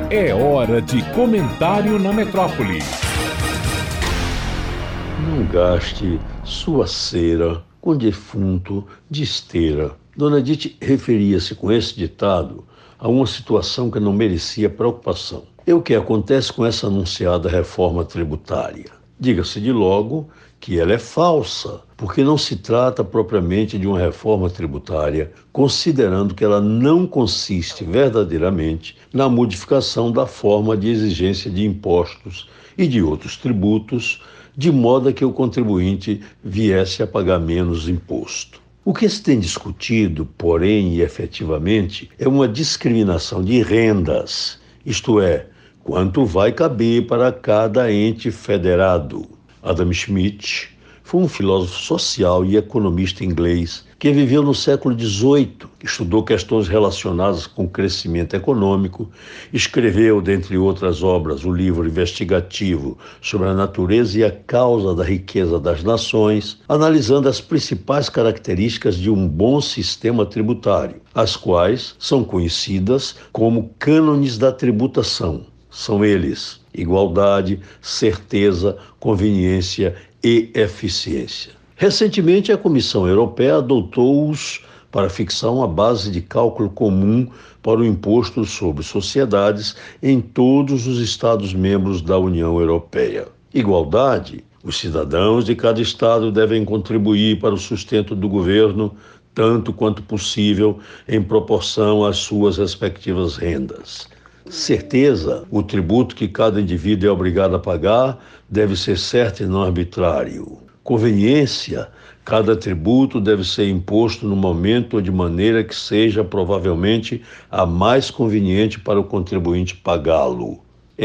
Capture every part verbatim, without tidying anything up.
É hora de comentário na metrópole. Não gaste sua cera com defunto de esteira. Dona Edith referia-se com esse ditado a uma situação que não merecia preocupação. É o que acontece com essa anunciada reforma tributária. Diga-se de logo que ela é falsa, porque não se trata propriamente de uma reforma tributária, considerando que ela não consiste verdadeiramente na modificação da forma de exigência de impostos e de outros tributos, de modo a que o contribuinte viesse a pagar menos imposto. O que se tem discutido, porém e efetivamente, é uma discriminação de rendas, isto é, quanto vai caber para cada ente federado. Adam Smith foi um filósofo social e economista inglês que viveu no século dezoito, estudou questões relacionadas com o crescimento econômico, escreveu, dentre outras obras, o livro investigativo sobre a natureza e a causa da riqueza das nações, analisando as principais características de um bom sistema tributário, as quais são conhecidas como cânones da tributação. São eles: igualdade, certeza, conveniência e eficiência. Recentemente, a Comissão Europeia adotou-os para fixar uma base de cálculo comum para o imposto sobre sociedades em todos os Estados-membros da União Europeia. Igualdade: os cidadãos de cada Estado devem contribuir para o sustento do governo tanto quanto possível em proporção às suas respectivas rendas. Certeza: o tributo que cada indivíduo é obrigado a pagar deve ser certo e não arbitrário. Conveniência: cada tributo deve ser imposto no momento ou de maneira que seja provavelmente a mais conveniente para o contribuinte pagá-lo.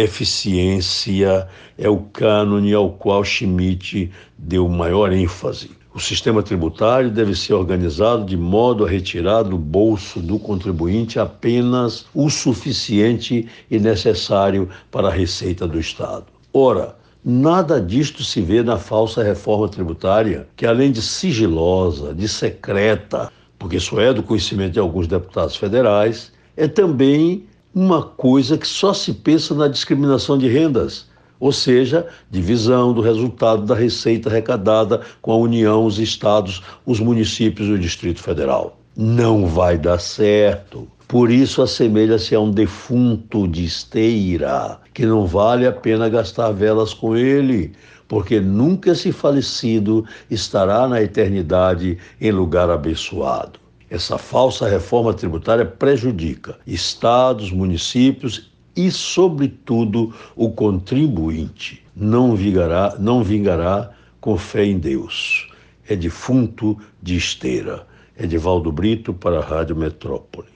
Eficiência é o cânone ao qual Schmitt deu maior ênfase. O sistema tributário deve ser organizado de modo a retirar do bolso do contribuinte apenas o suficiente e necessário para a receita do Estado. Ora, nada disto se vê na falsa reforma tributária, que além de sigilosa, de secreta, porque isso é do conhecimento de alguns deputados federais, é também uma coisa que só se pensa na discriminação de rendas, ou seja, divisão do resultado da receita arrecadada com a União, os estados, os municípios e o Distrito Federal. Não vai dar certo. Por isso assemelha-se a um defunto de esteira, que não vale a pena gastar velas com ele, porque nunca esse falecido estará na eternidade em lugar abençoado. Essa falsa reforma tributária prejudica estados, municípios e, sobretudo, o contribuinte. Não vingará, não vingará com fé em Deus. É defunto de esteira. Edivaldo Brito para a Rádio Metrópole.